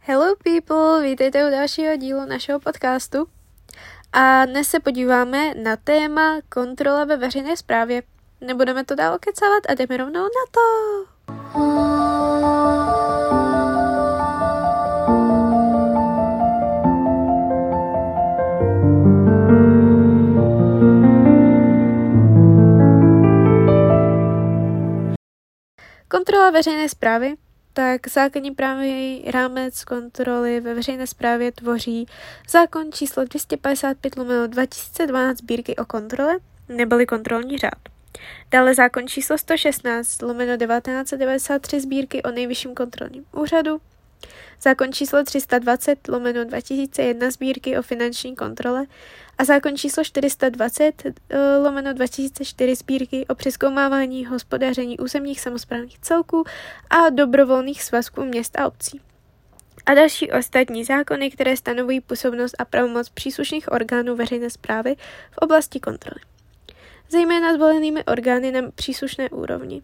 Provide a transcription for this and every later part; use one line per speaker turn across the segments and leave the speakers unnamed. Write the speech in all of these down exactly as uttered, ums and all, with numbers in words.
Hello people, vítejte u dalšího dílu našeho podcastu. A dnes se podíváme na téma kontrola ve veřejné správě. Nebudeme to dál kecávat a jdeme rovnou na to. Kontrola veřejné správy. Tak základní právní rámec kontroly ve veřejné správě tvoří zákon číslo dvě stě padesát pět lomeno dva tisíce dvanáct sbírky o kontrole, neboli kontrolní řád. Dále zákon číslo sto šestnáct lomeno devatenáct set devadesát tři sbírky o nejvyšším kontrolním úřadu. Zákon číslo tři sta dvacet lomeno dva tisíce jedna sbírky o finanční kontrole a zákon číslo čtyři sta dvacet lomeno dva tisíce čtyři sbírky o přezkoumávání hospodaření územních samosprávných celků a dobrovolných svazků měst a obcí. A další ostatní zákony, které stanovují působnost a pravomoc příslušných orgánů veřejné správy v oblasti kontroly. Zejména zvolenými orgány na příslušné úrovni.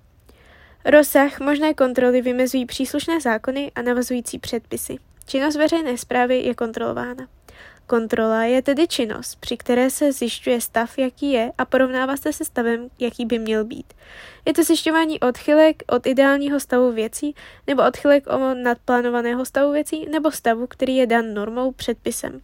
Rozsah možné kontroly vymezují příslušné zákony a navazující předpisy. Činnost veřejné správy je kontrolována. Kontrola je tedy činnost, při které se zjišťuje stav, jaký je, a porovnává se se stavem, jaký by měl být. Je to zjišťování odchylek od ideálního stavu věcí nebo odchylek od nadplánovaného stavu věcí nebo stavu, který je dan normou, předpisem.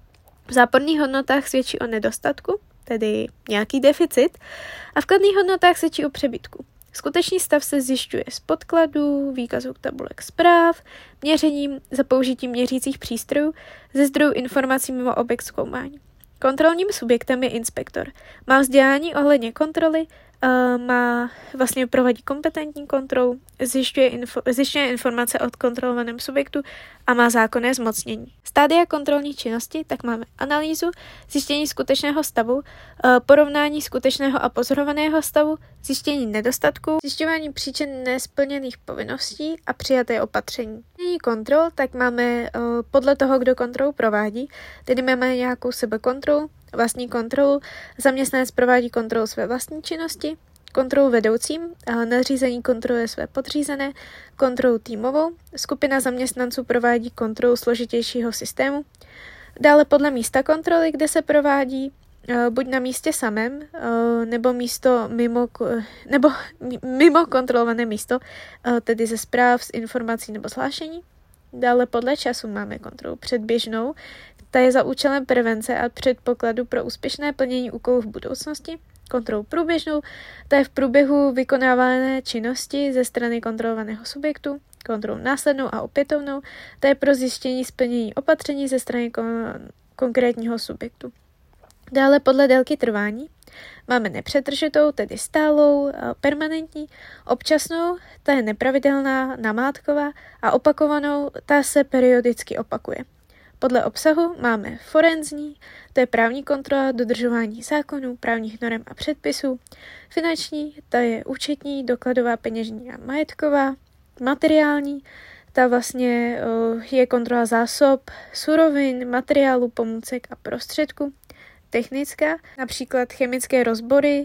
V záporných hodnotách svědčí o nedostatku, tedy nějaký deficit, a v kladných hodnotách svědčí o přebytku. Skutečný stav se zjišťuje z podkladů, výkazů tabulek zpráv, měřením za použitím měřících přístrojů, ze zdrojů informací mimo objekt zkoumání. Kontrolním subjektem je inspektor. Má vzdělání ohledně kontroly, uh, má vlastně provádí kompetentní kontrolu, zjišťuje, info, zjišťuje informace od kontrolovaném subjektu a má zákonné zmocnění. Stádia kontrolní činnosti, tak máme analýzu, zjištění skutečného stavu, uh, porovnání skutečného a pozorovaného stavu, zjištění nedostatků, zjišťování příčin nesplněných povinností a přijaté opatření. Zjištění kontrol, tak máme uh, podle toho, kdo kontrolu provádí, tedy máme nějakou sebekontrolu, vlastní kontrolu, zaměstnanec provádí kontrolu své vlastní činnosti, kontrolu vedoucím, nadřízení kontroluje své podřízené, kontrolu týmovou, skupina zaměstnanců provádí kontrolu složitějšího systému. Dále podle místa kontroly, kde se provádí buď na místě samém, nebo místo mimo, nebo mimo kontrolované místo, tedy ze zpráv, z informací nebo zvlášení. Dále podle času máme kontrolu předběžnou, ta je za účelem prevence a předpokladu pro úspěšné plnění úkolů v budoucnosti. Kontrolu průběžnou, ta je v průběhu vykonávané činnosti ze strany kontrolovaného subjektu. Kontrolu následnou a opětovnou, ta je pro zjištění splnění opatření ze strany kon- konkrétního subjektu. Dále podle délky trvání máme nepřetržitou, tedy stálou, permanentní, občasnou, ta je nepravidelná, namátková, a opakovanou, ta se periodicky opakuje. Podle obsahu máme forenzní, to je právní kontrola, dodržování zákonů, právních norem a předpisů. Finanční, ta je účetní, dokladová, peněžní a majetková. Materiální, ta vlastně je kontrola zásob, surovin, materiálu, pomůcek a prostředků. Technická, například chemické rozbory,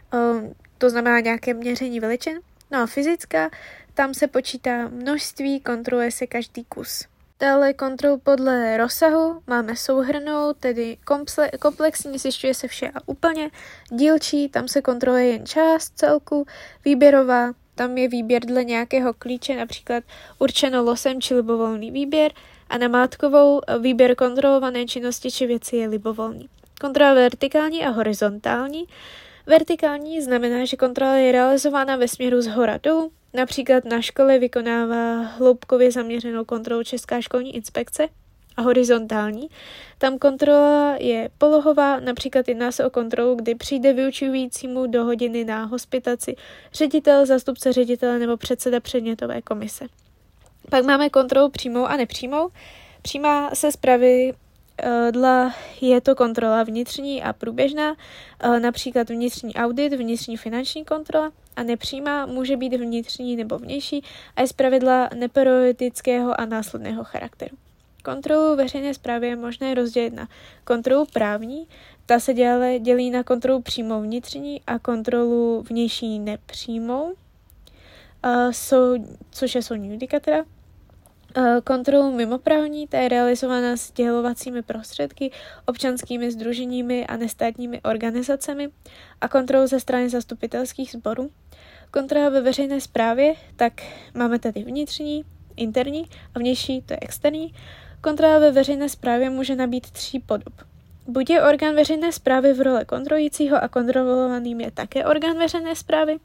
to znamená nějaké měření veličin. No a fyzická, tam se počítá množství, kontroluje se každý kus. Dále kontrolu podle rozsahu máme souhrnnou, tedy komplexní, zjišťuje se vše a úplně. Dílčí, tam se kontroluje jen část celku. Výběrová, tam je výběr dle nějakého klíče, například určeno losem či libovolný výběr. A namátkovou výběr kontrolované činnosti či věci je libovolný. Kontrola vertikální a horizontální. Vertikální znamená, že kontrola je realizována ve směru zhora dolů. Například na škole vykonává hloubkově zaměřenou kontrolu Česká školní inspekce, a horizontální. Tam kontrola je polohová, například jedná se o kontrolu, kdy přijde vyučujícímu do hodiny na hospitaci ředitel, zástupce ředitele nebo předseda předmětové komise. Pak máme kontrolu přímou a nepřímou. Přímá se zpraví dle je to kontrola vnitřní a průběžná, například vnitřní audit, vnitřní finanční kontrola, a nepřímá může být vnitřní nebo vnější a je zpravidla neperiodického a následného charakteru. Kontrolu veřejné správy je možné rozdělit na kontrolu právní, ta se děle, dělí na kontrolu přímou vnitřní a kontrolu vnější nepřímou, a jsou, což je soudní judikatura. Kontrolu mimoprávní, ta je realizována sdělovacími prostředky, občanskými sdruženími a nestátními organizacemi a kontrolu ze strany zastupitelských sborů. Kontrola ve veřejné správě, tak máme tady vnitřní, interní a vnější, to je externí. Kontrola ve veřejné správě může nabít tří podob. Buď je orgán veřejné správy v roli kontrolujícího a kontrolovaným je také orgán veřejné správy,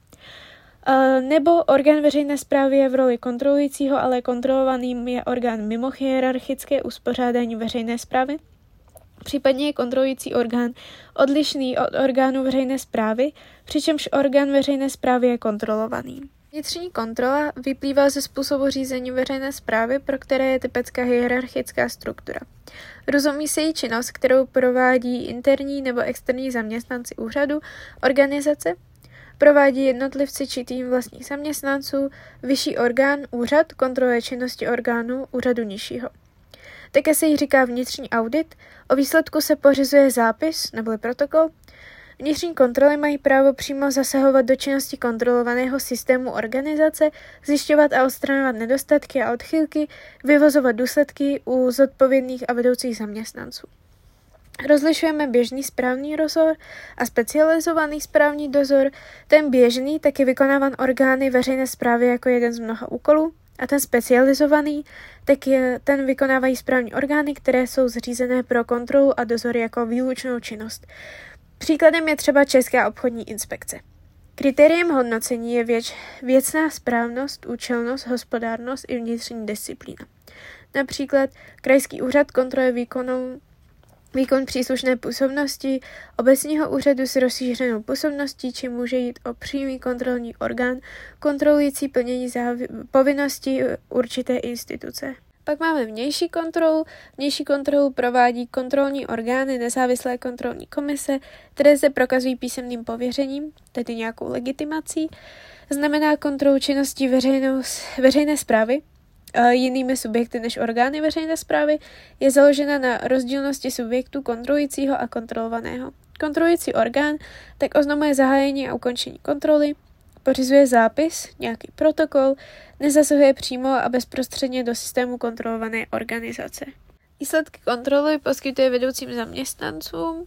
nebo orgán veřejné správy je v roli kontrolujícího, ale kontrolovaným je orgán mimo hierarchické uspořádání veřejné správy. Případně je kontrolující orgán odlišný od orgánu veřejné správy, přičemž orgán veřejné správy je kontrolovaný. Vnitřní kontrola vyplývá ze způsobu řízení veřejné správy, pro které je typická hierarchická struktura. Rozumí se jí činnost, kterou provádí interní nebo externí zaměstnanci úřadu, organizace, provádí jednotlivci či tým vlastních zaměstnanců, vyšší orgán, úřad, kontroluje činnosti orgánu, úřadu nižšího. Také se jí říká vnitřní audit, o výsledku se pořizuje zápis neboli protokol. Vnitřní kontroly mají právo přímo zasahovat do činnosti kontrolovaného systému organizace, zjišťovat a odstraňovat nedostatky a odchylky, vyvozovat důsledky u zodpovědných a vedoucích zaměstnanců. Rozlišujeme běžný správní dozor a specializovaný správní dozor. Ten běžný tak je vykonáván orgány veřejné správy jako jeden z mnoha úkolů a ten specializovaný tak je, ten vykonávají správní orgány, které jsou zřízené pro kontrolu a dozor jako výlučnou činnost. Příkladem je třeba Česká obchodní inspekce. Kritériem hodnocení je věč, věcná správnost, účelnost, hospodárnost i vnitřní disciplína. Například krajský úřad kontroluje výkonou Výkon příslušné působnosti obecního úřadu s rozšířenou působností, či může jít o přímý kontrolní orgán kontrolující plnění závi- povinností určité instituce. Pak máme vnější kontrolu. Vnější kontrolu provádí kontrolní orgány nezávislé kontrolní komise, které se prokazují písemným pověřením, tedy nějakou legitimací. Znamená kontrolu činností veřejnou, veřejné správy, jinými subjekty než orgány veřejné správy, je založena na rozdílnosti subjektů kontrolujícího a kontrolovaného. Kontrolující orgán tak oznamuje zahájení a ukončení kontroly, pořizuje zápis, nějaký protokol, nezasahuje přímo a bezprostředně do systému kontrolované organizace. Výsledky kontroly poskytuje vedoucím zaměstnancům,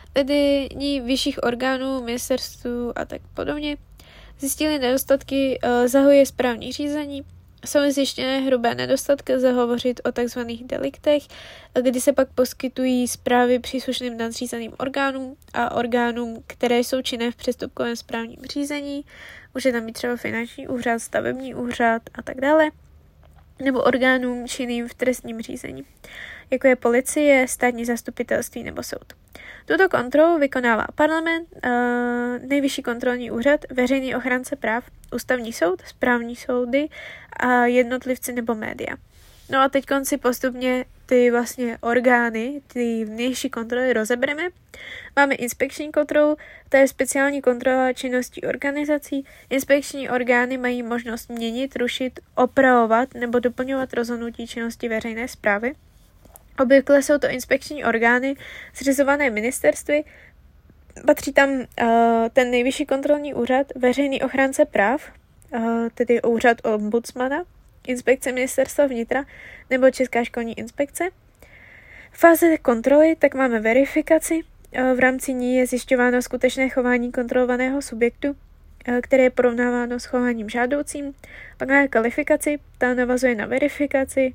vedení vyšších orgánů, ministerstvů a tak podobně. Zjistili nedostatky, zahajuje správní řízení. Jsou zjištěné hrubé nedostatky, lze hovořit o tzv. Deliktech, kdy se pak poskytují zprávy příslušným nadřízeným orgánům a orgánům, které jsou činné v přestupkovém správním řízení. Může tam být třeba finanční úřad, stavební úřad a tak dále, nebo orgánům činným v trestním řízení, jako je policie, státní zastupitelství nebo soud. Tuto kontrolu vykonává parlament, nejvyšší kontrolní úřad, veřejný ochránce práv, ústavní soud, správní soudy a jednotlivci nebo média. No a teď si postupně ty vlastně orgány, ty vnější kontroly rozebereme. Máme inspekční kontrolu, to je speciální kontrola činností organizací. Inspekční orgány mají možnost měnit, rušit, opravovat nebo doplňovat rozhodnutí činnosti veřejné správy. Obvykle jsou to inspekční orgány zřizované ministerstvy, patří tam uh, ten nejvyšší kontrolní úřad, veřejný ochránce práv, uh, tedy úřad ombudsmana, inspekce ministerstva vnitra nebo Česká školní inspekce. V fázi kontroly tak máme verifikaci, uh, v rámci ní je zjišťováno skutečné chování kontrolovaného subjektu, uh, které je porovnáváno s chováním žádoucím. Pak máme kvalifikaci, ta navazuje na verifikaci.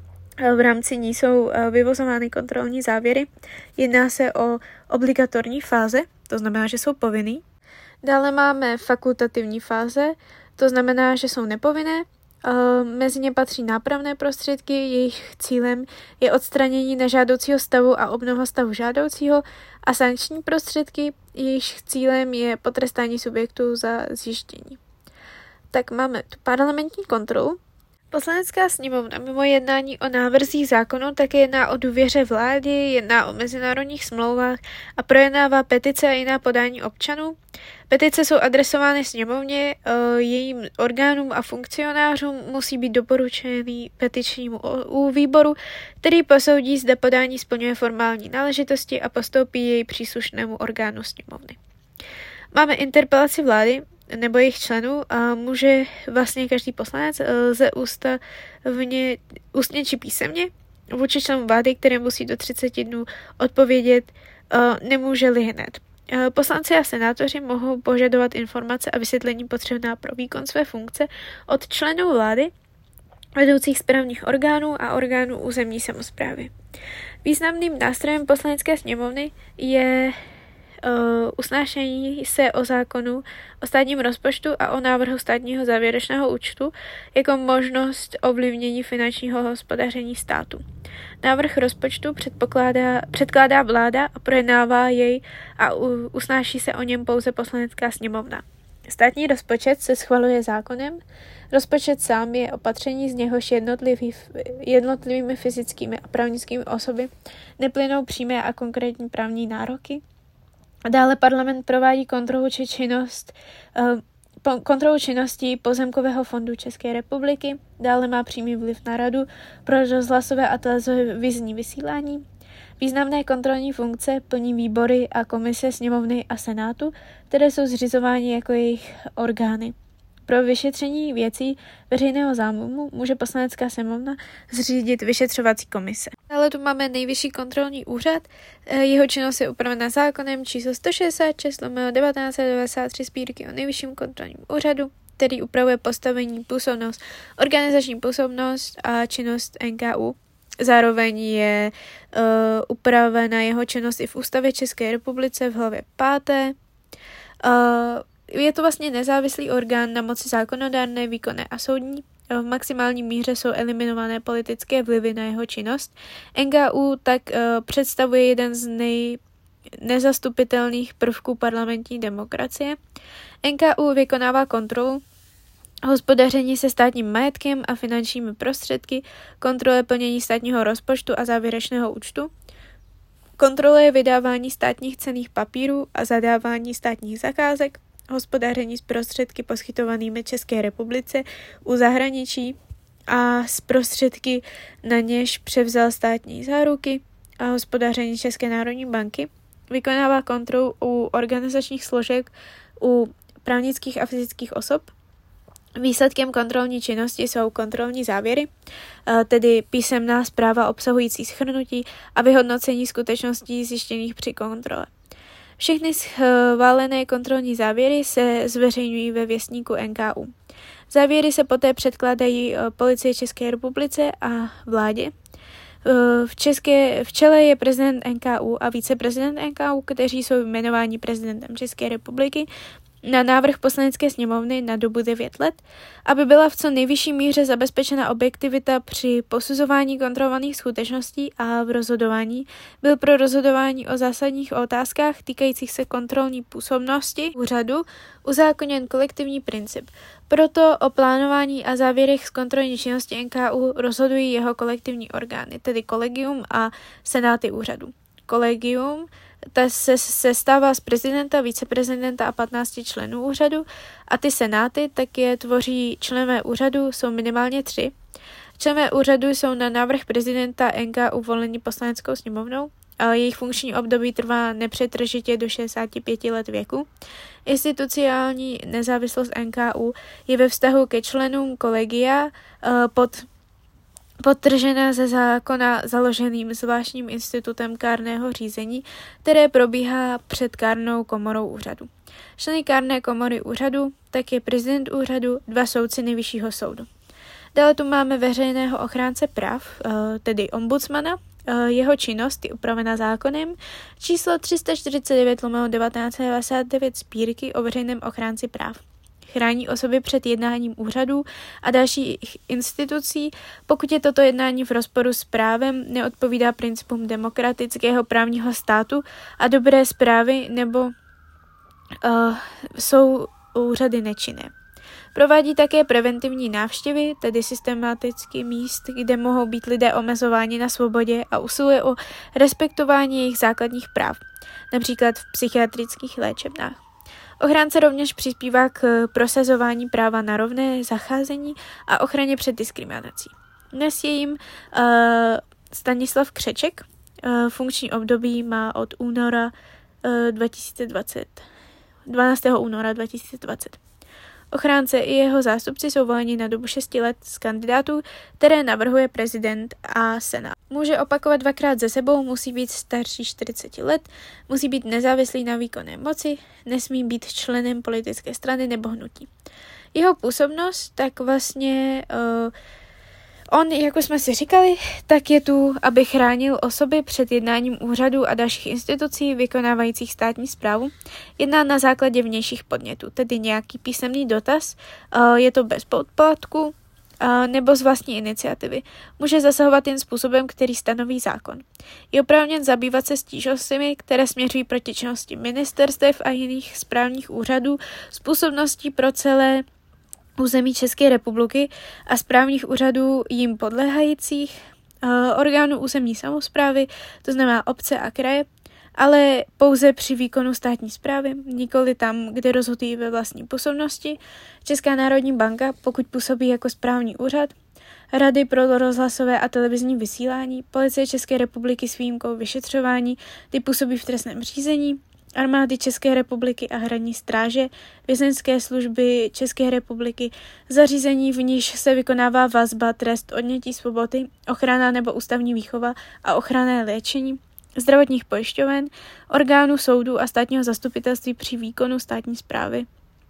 V rámci ní jsou vyvozovány kontrolní závěry. Jedná se o obligatorní fáze, to znamená, že jsou povinný. Dále máme fakultativní fáze, to znamená, že jsou nepovinné. Mezi ně patří nápravné prostředky, jejich cílem je odstranění nežádoucího stavu a obnova stavu žádoucího a sankční prostředky, jejich cílem je potrestání subjektů za zjištění. Tak máme tu parlamentní kontrolu. Poslanecká sněmovna mimo jednání o návrzích zákonů také jedná o důvěře vlády, jedná o mezinárodních smlouvách a projednává petice a jiná podání občanů. Petice jsou adresovány sněmovně, jejím orgánům a funkcionářům musí být doporučeny petičnímu výboru, který posoudí, zda podání splňuje formální náležitosti a postoupí jej příslušnému orgánu sněmovny. Máme interpelaci vlády. nebo jejich členů a může vlastně každý poslanec lze ústavně, ústně či písemně vůči členům vlády, které musí do třiceti dnů odpovědět, nemůže-li hned. Poslanci a senátoři mohou požadovat informace a vysvětlení potřebná pro výkon své funkce od členů vlády, vedoucích správních orgánů a orgánů územní samosprávy. Významným nástrojem poslanecké sněmovny je Uh, usnášení se o zákonu o státním rozpočtu a o návrhu státního závěrečného účtu jako možnost ovlivnění finančního hospodaření státu. Návrh rozpočtu předpokládá, předkládá vláda a projednává jej a u, usnáší se o něm pouze poslanecká sněmovna. Státní rozpočet se schvaluje zákonem. Rozpočet sám je opatření, z něhož jednotlivý, jednotlivými fyzickými a právnickými osoby neplynou přímé a konkrétní právní nároky. Dále parlament provádí kontrolu či činnost, uh, kontrolu činností Pozemkového fondu České republiky, dále má přímý vliv na radu pro rozhlasové a televizní vysílání. Významné kontrolní funkce plní výbory a komise sněmovny a senátu, které jsou zřizovány jako jejich orgány. Pro vyšetření věcí veřejného zájmu může poslanecká sněmovna zřídit vyšetřovací komise. Dále tu máme nejvyšší kontrolní úřad. Jeho činnost je upravena zákonem číslo sto šedesát šest lomeno devatenáct set devadesát tři Sbírky o nejvyšším kontrolním úřadu, který upravuje postavení, působnost, organizační působnost a činnost N K U. Zároveň je uh, upravena jeho činnost i v Ústavě České republice v hlavě páté. Uh, Je to vlastně nezávislý orgán na moci zákonodárné, výkonné a soudní. V maximální míře jsou eliminované politické vlivy na jeho činnost. N K U tak uh, představuje jeden z nej nezastupitelných prvků parlamentní demokracie. N K U vykonává kontrolu hospodaření se státním majetkem a finančními prostředky, kontroluje plnění státního rozpočtu a závěrečného účtu, kontroluje vydávání státních cenných papírů a zadávání státních zakázek, hospodaření s prostředky poskytovanými České republice u zahraničí a s prostředky, na něž převzal státní záruky a hospodaření České národní banky. Vykonává kontrolu u organizačních složek u právnických a fyzických osob. Výsledkem kontrolní činnosti jsou kontrolní závěry, tedy písemná zpráva obsahující shrnutí a vyhodnocení skutečností zjištěných při kontrole. Všechny schválené kontrolní závěry se zveřejňují ve věstníku N K U. Závěry se poté předkládají Policii České republice a vládě. V, České, v čele je prezident N K U a viceprezident N K U, kteří jsou jmenováni prezidentem České republiky na návrh poslanecké sněmovny na dobu devět let, aby byla v co nejvyšší míře zabezpečena objektivita při posuzování kontrolovaných skutečností a v rozhodování byl pro rozhodování o zásadních otázkách týkajících se kontrolní působnosti úřadu uzákoněn kolektivní princip. Proto o plánování a závěrech z kontrolní činnosti N K U rozhodují jeho kolektivní orgány, tedy kolegium a senáty úřadu. Kolegium ta se, se stává z prezidenta, viceprezidenta a patnácti členů úřadu a ty senáty tak je tvoří členové úřadu, jsou minimálně tři. Členové úřadu jsou na návrh prezidenta N K U voleni poslaneckou sněmovnou, ale jejich funkční období trvá nepřetržitě do šedesáti pěti let věku. Institucionální nezávislost N K U je ve vztahu ke členům kolegia uh, pod podtržená ze zákona založeným zvláštním institutem kárného řízení, které probíhá před kárnou komorou úřadu. Členy kárné komory úřadu tak je prezident úřadu, dva soudci nejvyššího soudu. Dále tu máme veřejného ochránce práv, tedy ombudsmana. Jeho činnost je upravena zákonem číslo tři sta čtyřicet devět lomeno devatenáct set devadesát devět Sbírky o veřejném ochránci práv. Chrání osoby před jednáním úřadů a dalších institucí, pokud je toto jednání v rozporu s právem, neodpovídá principům demokratického právního státu a dobré správy nebo uh, jsou úřady nečinné. Provádí také preventivní návštěvy, tedy systematicky míst, kde mohou být lidé omezováni na svobodě a usiluje o respektování jejich základních práv, například v psychiatrických léčebnách. Ochránce rovněž přispívá k prosazování práva na rovné zacházení a ochraně před diskriminací. Dnes je jim uh, Stanislav Křeček. Uh, funkční období má od února uh, dva tisíce dvacet, dvanáctého února dva tisíce dvacet. Ochránce i jeho zástupci jsou voleni na dobu šesti let z kandidátů, které navrhuje prezident a senát. Může opakovat dvakrát za sebou, musí být starší čtyřicet let, musí být nezávislý na výkonné moci, nesmí být členem politické strany nebo hnutí. Jeho působnost, tak vlastně uh, on, jako jsme si říkali, tak je tu, aby chránil osoby před jednáním úřadů a dalších institucí vykonávajících státní správu. Jedná na základě vnějších podnětů, tedy nějaký písemný dotaz, je to bez poplatku nebo z vlastní iniciativy. Může zasahovat jen způsobem, který stanoví zákon. Je oprávněn zabývat se stížnostmi, které směřují proti činnosti ministerstev a jiných správních úřadů s působností pro celé území České republiky a správních úřadů jim podléhajících, uh, orgánů územní samosprávy, to znamená obce a kraje, ale pouze při výkonu státní správy, nikoli tam, kde rozhodují ve vlastní působnosti. Česká národní banka, pokud působí jako správní úřad, Rady pro rozhlasové a televizní vysílání, Policie České republiky s výjimkou vyšetřování, ty působí v trestném řízení, Armády České republiky a hradní stráže, vězeňské služby České republiky, zařízení, v níž se vykonává vazba, trest, odnětí svobody, ochrana nebo ústavní výchova a ochranné léčení, zdravotních pojišťoven, orgánů soudu a státního zastupitelství při výkonu státní správy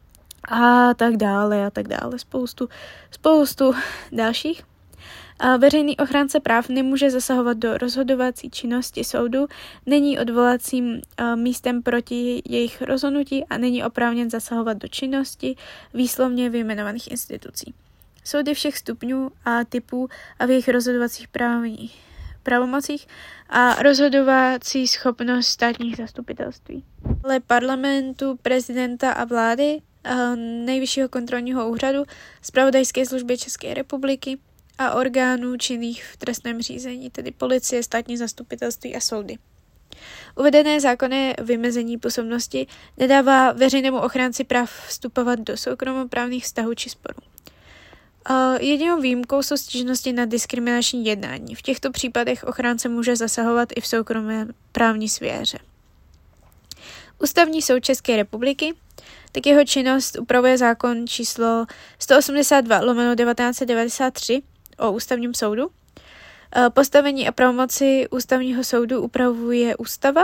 a tak dále a tak dále. Spoustu, spoustu dalších. A veřejný ochránce práv nemůže zasahovat do rozhodovací činnosti soudu, není odvolacím místem proti jejich rozhodnutí a není oprávněn zasahovat do činnosti výslovně vyjmenovaných institucí. Soudy všech stupňů a typů a v jejich rozhodovacích právních pravomocích a rozhodovací schopnost státních zastupitelství. Ale parlamentu, prezidenta a vlády, a nejvyššího kontrolního úřadu, zpravodajské služby České republiky a orgánů činných v trestném řízení, tedy policie, státní zastupitelství a soudy. Uvedené zákonné vymezení působnosti nedává veřejnému ochránci práv vstupovat do soukromoprávních vztahů či sporů. Jedinou výjimkou jsou stížnosti na diskriminační jednání. V těchto případech ochránce může zasahovat i v soukromé právní sféře. Ústavní soud České republiky, tak jeho činnost upravuje zákon číslo sto osmdesát dva lomeno devatenáct set devadesát tři o ústavním soudu. Postavení a pravomoci ústavního soudu upravuje ústava.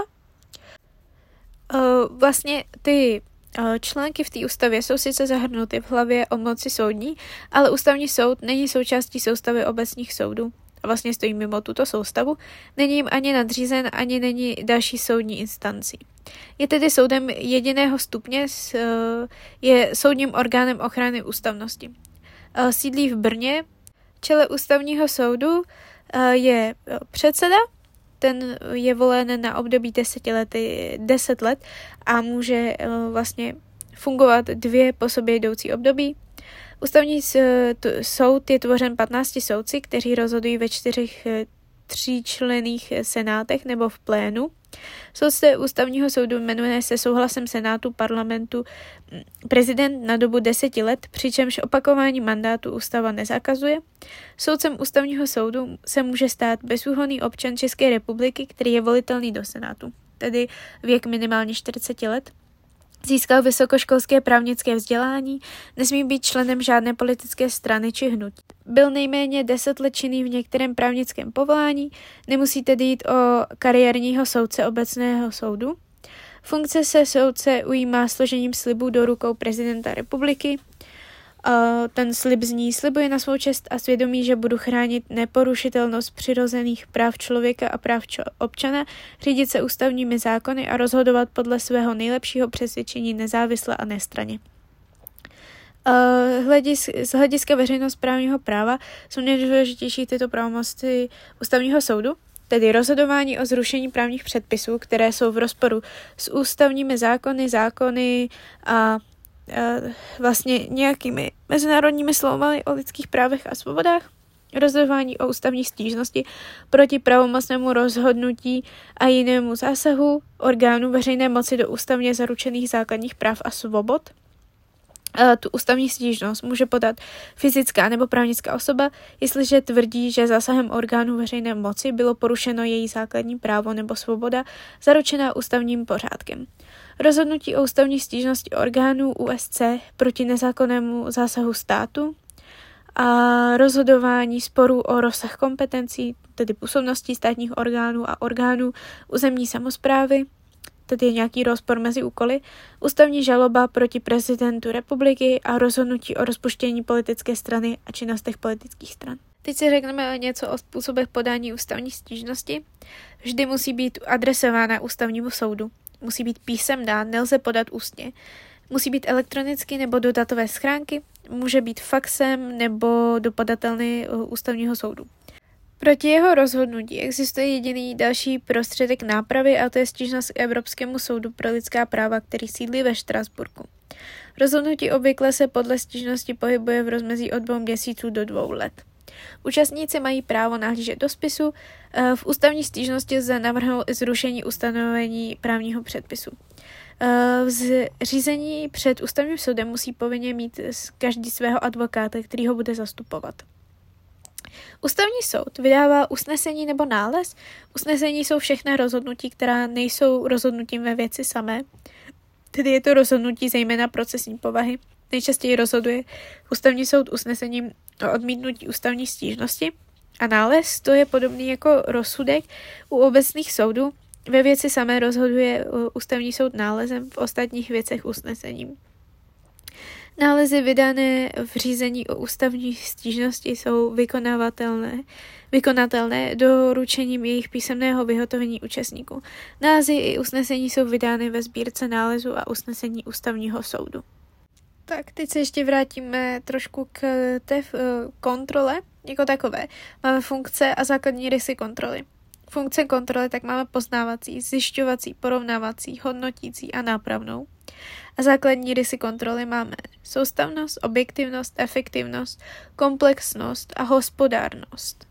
Vlastně ty články v té ústavě jsou sice zahrnuty v hlavě o moci soudní, ale ústavní soud není součástí soustavy obecních soudů. A vlastně stojí mimo tuto soustavu, není jim ani nadřízen, ani není další soudní instancí. Je tedy soudem jediného stupně, je soudním orgánem ochrany ústavnosti. Sídlí v Brně, čele ústavního soudu je předseda, ten je volen na období deseti let, deset let a může vlastně fungovat dvě po sobě jdoucí období. Ústavní soud je tvořen patnácti soudci, kteří rozhodují ve čtyřech tříčlenných senátech nebo v plénu. Soudce ústavního soudu jmenuje se souhlasem senátu parlamentu prezident na dobu deseti let, přičemž opakování mandátu ústava nezakazuje. Soudcem ústavního soudu se může stát bezúhonný občan České republiky, který je volitelný do senátu, tedy věk minimálně čtyřicet let. Získal vysokoškolské právnické vzdělání, nesmí být členem žádné politické strany či hnutí. Byl nejméně deset let činný v některém právnickém povolání, nemusí tedy jít o kariérního soudce obecného soudu. Funkce se soudce ujímá složením slibu do rukou prezidenta republiky. Ten slib zní: slibuji na svou čest a svědomí, že budu chránit neporušitelnost přirozených práv člověka a práv občana, řídit se ústavními zákony a rozhodovat podle svého nejlepšího přesvědčení nezávisle a nestranně. Z hlediska veřejnosprávního práva jsou nejdůležitější tyto pravomoci ústavního soudu, tedy rozhodování o zrušení právních předpisů, které jsou v rozporu s ústavními zákony, zákony a vlastně nějakými mezinárodními smlouvami o lidských právech a svobodách, rozhodování o ústavní stížnosti proti pravomocnému rozhodnutí a jinému zásahu orgánů veřejné moci do ústavně zaručených základních práv a svobod. Tu ústavní stížnost může podat fyzická nebo právnická osoba, jestliže tvrdí, že zásahem orgánů veřejné moci bylo porušeno její základní právo nebo svoboda zaručená ústavním pořádkem. rozhodnutí o ústavní stížnosti orgánů U S C proti nezákonnému zásahu státu a rozhodování sporů o rozsah kompetencí, tedy působností státních orgánů a orgánů územní samosprávy, tedy je nějaký rozpor mezi úkoly, ústavní žaloba proti prezidentu republiky a rozhodnutí o rozpuštění politické strany a činnostech politických stran. Teď si řekneme něco o způsobech podání ústavní stížnosti. Vždy musí být adresována ústavnímu soudu. Musí být písemná, nelze podat ústně. Musí být elektronicky nebo do datové schránky, může být faxem nebo do podatelny ústavního soudu. Proti jeho rozhodnutí existuje jediný další prostředek nápravy a to je stížnost k Evropskému soudu pro lidská práva, který sídlí ve Štrasburku. Rozhodnutí obvykle se podle stížnosti pohybuje v rozmezí od dvou měsíců do dvou let. Účastníci mají právo nahlížet do spisu. V ústavní stížnosti lze navrhnout i zrušení ustanovení právního předpisu. V řízení před ústavním soudem musí povinně mít každý svého advokáta, který ho bude zastupovat. Ústavní soud vydává usnesení nebo nález. Usnesení jsou všechna rozhodnutí, která nejsou rozhodnutím ve věci samé. Tedy je to rozhodnutí zejména procesní povahy. Nejčastěji rozhoduje ústavní soud usnesením o odmítnutí ústavní stížnosti. A nález to je podobný jako rozsudek u obecných soudů. Ve věci samé rozhoduje ústavní soud nálezem, v ostatních věcech usnesením. Nálezy vydané v řízení o ústavní stížnosti jsou vykonavatelné, vykonatelné doručením jejich písemného vyhotovení účastníků. Nálezy i usnesení jsou vydány ve sbírce nálezu a usnesení ústavního soudu. Tak, teď se ještě vrátíme trošku k té kontrole jako takové. Máme funkce a základní rysy kontroly. Funkce kontroly tak máme poznávací, zjišťovací, porovnávací, hodnotící a nápravnou. A základní rysy kontroly máme soustavnost, objektivnost, efektivnost, komplexnost a hospodárnost.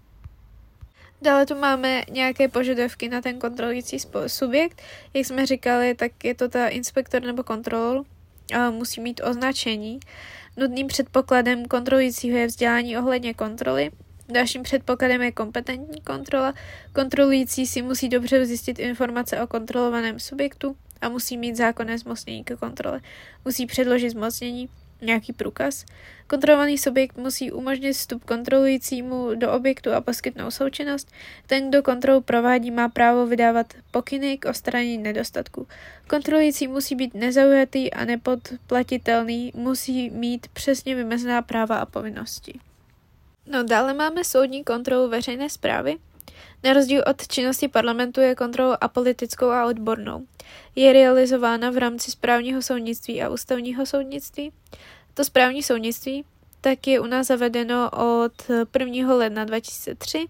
Dále tu máme nějaké požadavky na ten kontrolující subjekt. Jak jsme říkali, tak je to ta inspektor nebo kontrolor. A musí mít označení. Nutným předpokladem kontrolujícího je vzdělání ohledně kontroly. Dalším předpokladem je kompetentní kontrola. Kontrolující si musí dobře zjistit informace o kontrolovaném subjektu a musí mít zákonné zmocnění ke kontrole. Musí předložit zmocnění, nějaký průkaz. Kontrolovaný subjekt musí umožnit vstup kontrolujícímu do objektu a poskytnout součinnost. Ten, kdo kontrolu provádí, má právo vydávat pokyny k odstranění nedostatků. Kontrolující musí být nezaujatý a nepodplatitelný, musí mít přesně vymezená práva a povinnosti. No dále máme soudní kontrolu veřejné správy. Na rozdíl od činnosti parlamentu je kontrola apolitickou a odbornou. Je realizována v rámci správního soudnictví a ústavního soudnictví. To správní soudnictví tak je u nás zavedeno od prvního ledna dva tisíce tři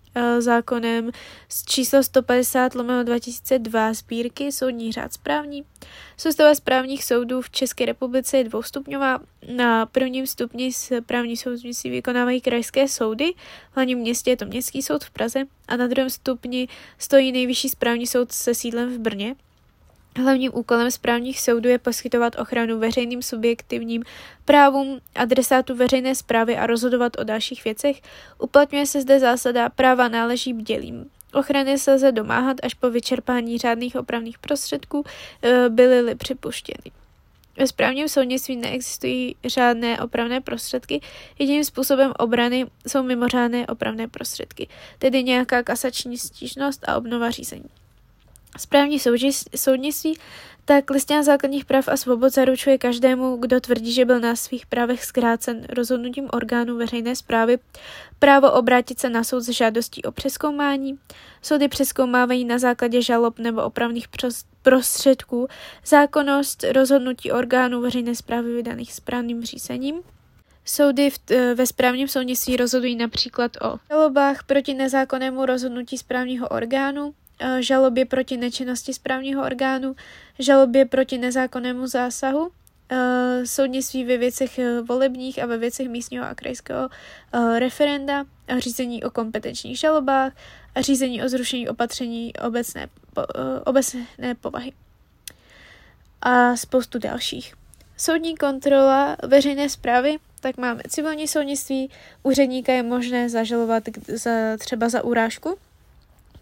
zákonem z číslo sto padesát lomeno dva tisíce dva sbírky Soudní řád správní. Soustava správních soudů v České republice je dvoustupňová. Na prvním stupni správní soudnictví vykonávají krajské soudy, v hlavním městě je to Městský soud v Praze a na druhém stupni stojí Nejvyšší správní soud se sídlem v Brně. Hlavním úkolem správních soudů je poskytovat ochranu veřejným subjektivním právům adresátů veřejné správy a rozhodovat o dalších věcech. Uplatňuje se zde zásada práva náleží bdělým. Ochrany se lze domáhat až po vyčerpání řádných opravných prostředků, byly-li připuštěny. Ve správním soudnictví neexistují řádné opravné prostředky, jediným způsobem obrany jsou mimořádné opravné prostředky, tedy nějaká kasační stížnost a obnova řízení. Správní soudnictví tak Listina základních práv a svobod zaručuje každému, kdo tvrdí, že byl na svých právech zkrácen rozhodnutím orgánů veřejné správy, právo obrátit se na soud s žádostí o přezkoumání. Soudy přezkoumávají na základě žalob nebo opravných prostředků zákonnost rozhodnutí orgánů veřejné správy vydaných správním řízením. Soudy v, ve správním soudnictví rozhodují například o žalobách proti nezákonnému rozhodnutí správního orgánu, žalobě proti nečinnosti správního orgánu, žalobě proti nezákonnému zásahu, soudnictví ve věcech volebních a ve věcech místního a krajského referenda, a řízení o kompetenčních žalobách a řízení o zrušení opatření obecné, obecné povahy. A spoustu dalších. Soudní kontrola veřejné správy, tak máme civilní soudnictví, úředníka je možné zažalovat za, třeba za urážku,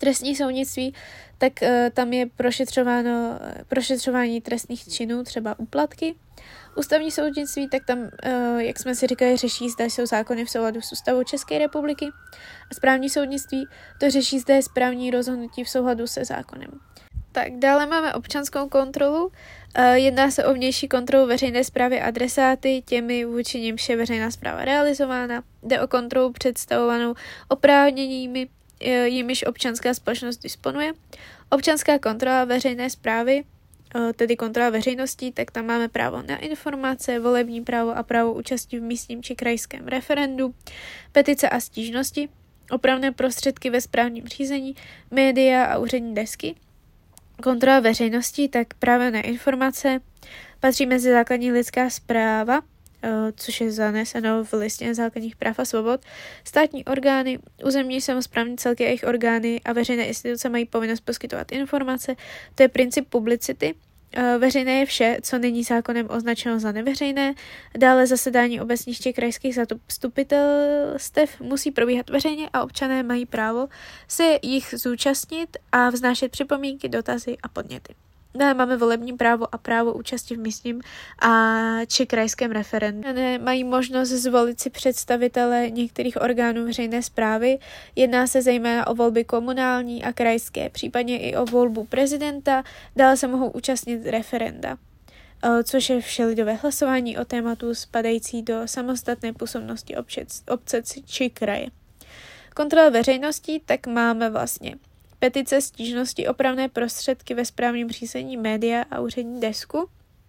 Trestní soudnictví, tak uh, tam je prošetřováno prošetřování trestných činů, třeba úplatky. Ústavní soudnictví, tak tam, uh, jak jsme si říkali, řeší, zda jsou zákony v souladu s ústavou České republiky. A správní soudnictví to řeší, zda je správní rozhodnutí v souladu se zákonem. Tak dále máme občanskou kontrolu. Jedná se o vnější kontrolu veřejné správy adresáty, těmi vůči nimž je veřejná správa realizována. Jde o kontrolu představovanou oprávněními, jimiž občanská společnost disponuje. Občanská kontrola veřejné správy, tedy kontrola veřejnosti, tak tam máme právo na informace, volební právo a právo účasti v místním či krajském referendu, petice a stížnosti, opravné prostředky ve správním řízení, média a úřední desky. Kontrola veřejnosti, tak právo na informace patří mezi základní lidská práva, což je zaneseno v listině základních práv a svobod. Státní orgány, územní samosprávní celky a jejich orgány a veřejné instituce mají povinnost poskytovat informace. To je princip publicity. Veřejné je vše, co není zákonem označeno za neveřejné. Dále zasedání obecních či krajských zastupitelstev musí probíhat veřejně a občané mají právo se jich zúčastnit a vznášet připomínky, dotazy a podněty. Dále máme volební právo a právo účasti v místním a či krajském referendu. Mají možnost zvolit si představitele některých orgánů veřejné správy. Jedná se zejména o volby komunální a krajské, případně i o volbu prezidenta. Dále se mohou účastnit referenda, což je všelidové hlasování o tématu spadající do samostatné působnosti obce či kraje. Kontrola veřejnosti, tak máme vlastně petice, stížnosti, opravné prostředky ve správním řízení, média a úřední desku.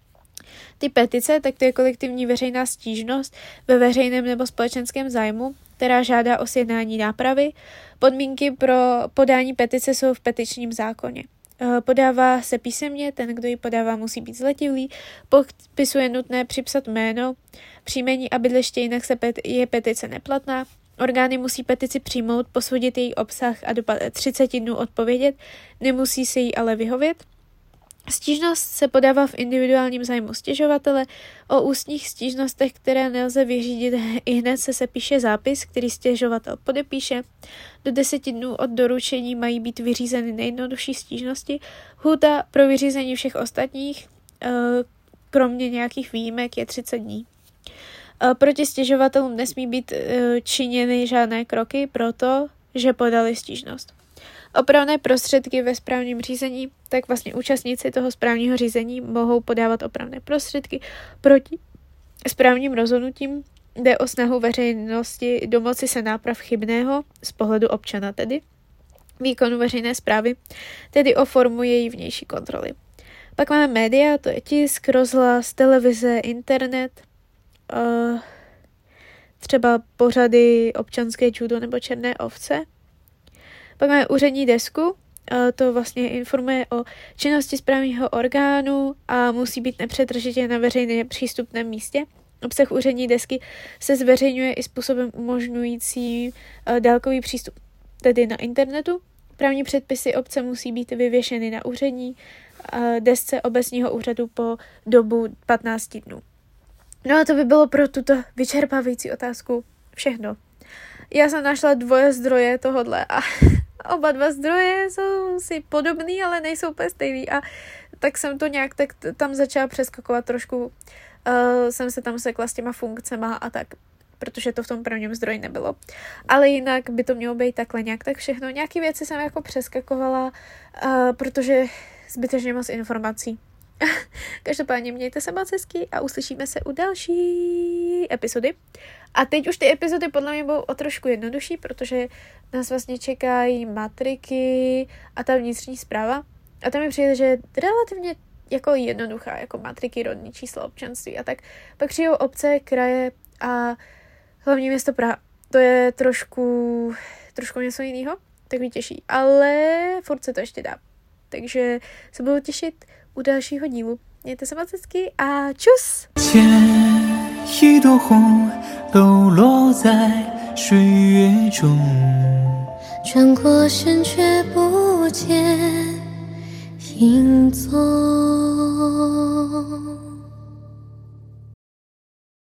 Ty petice, tak to je kolektivní veřejná stížnost ve veřejném nebo společenském zájmu, která žádá o sjednání nápravy. Podmínky pro podání petice jsou v petičním zákoně. Podává se písemně, ten, kdo ji podává, musí být zletilý, podpisu je nutné připsat jméno, příjmení a bydliště, jinak se pet- je petice neplatná. Orgány musí petici přijmout, posoudit její obsah a do třicet dnů odpovědět, nemusí se jí ale vyhovět. Stížnost se podává v individuálním zájmu stěžovatele. O ústních stížnostech, které nelze vyřídit ihned, se sepíše zápis, který stěžovatel podepíše. Do deseti dnů od doručení mají být vyřízeny nejjednodušší stížnosti. Lhůta pro vyřízení všech ostatních, kromě nějakých výjimek, je třicet dní. Proti stěžovatelům nesmí být činěny žádné kroky, protože podali stížnost. Opravné prostředky ve správním řízení, tak vlastně účastníci toho správního řízení mohou podávat opravné prostředky proti správním rozhodnutím. Jde o snahu veřejnosti domoci se náprav chybného z pohledu občana, tedy výkonu veřejné správy, tedy o formu její vnější kontroly. Pak máme média, to je tisk, rozhlas, televize, internet, Uh, třeba pořady Občanské judo nebo Černé ovce. Pak máme úřední desku, uh, to vlastně informuje o činnosti správního orgánu a musí být nepřetržitě na veřejně přístupném místě. Obsah úřední desky se zveřejňuje i způsobem umožňující uh, dálkový přístup, tedy na internetu. Právní předpisy obce musí být vyvěšeny na úřední uh, desce obecního úřadu po dobu patnáct dnů. No a to by bylo pro tuto vyčerpávající otázku všechno. Já jsem našla dvoje zdroje tohodle a oba dva zdroje jsou si podobný, ale nejsou úplně stejný a tak jsem to nějak tak tam začala přeskakovat trošku. Uh, jsem se tam sekla s těma funkcema a tak, protože to v tom prvním zdroji nebylo. Ale jinak by to mělo být takhle nějak tak všechno. Nějaké věci jsem jako přeskakovala, uh, protože zbytečně moc informací. Každopádně mějte se moc hezky a uslyšíme se u další epizody. A teď už ty epizody podle mě budou o trošku jednodušší, protože nás vlastně čekají matriky a ta vnitřní správa. A tam mi přijde, že je relativně jako jednoduchá, jako matriky, rodní číslo, občanství a tak. Pak přijdou obce, kraje a hlavní město Praha. To je trošku, trošku něco jiného, tak mě těší. Ale furt se to ještě dá. Takže se budu těšit u dalšího dílu. Mějte se moc hezky a čus!
一朵红抖落在水月中，
转过身却不见影踪。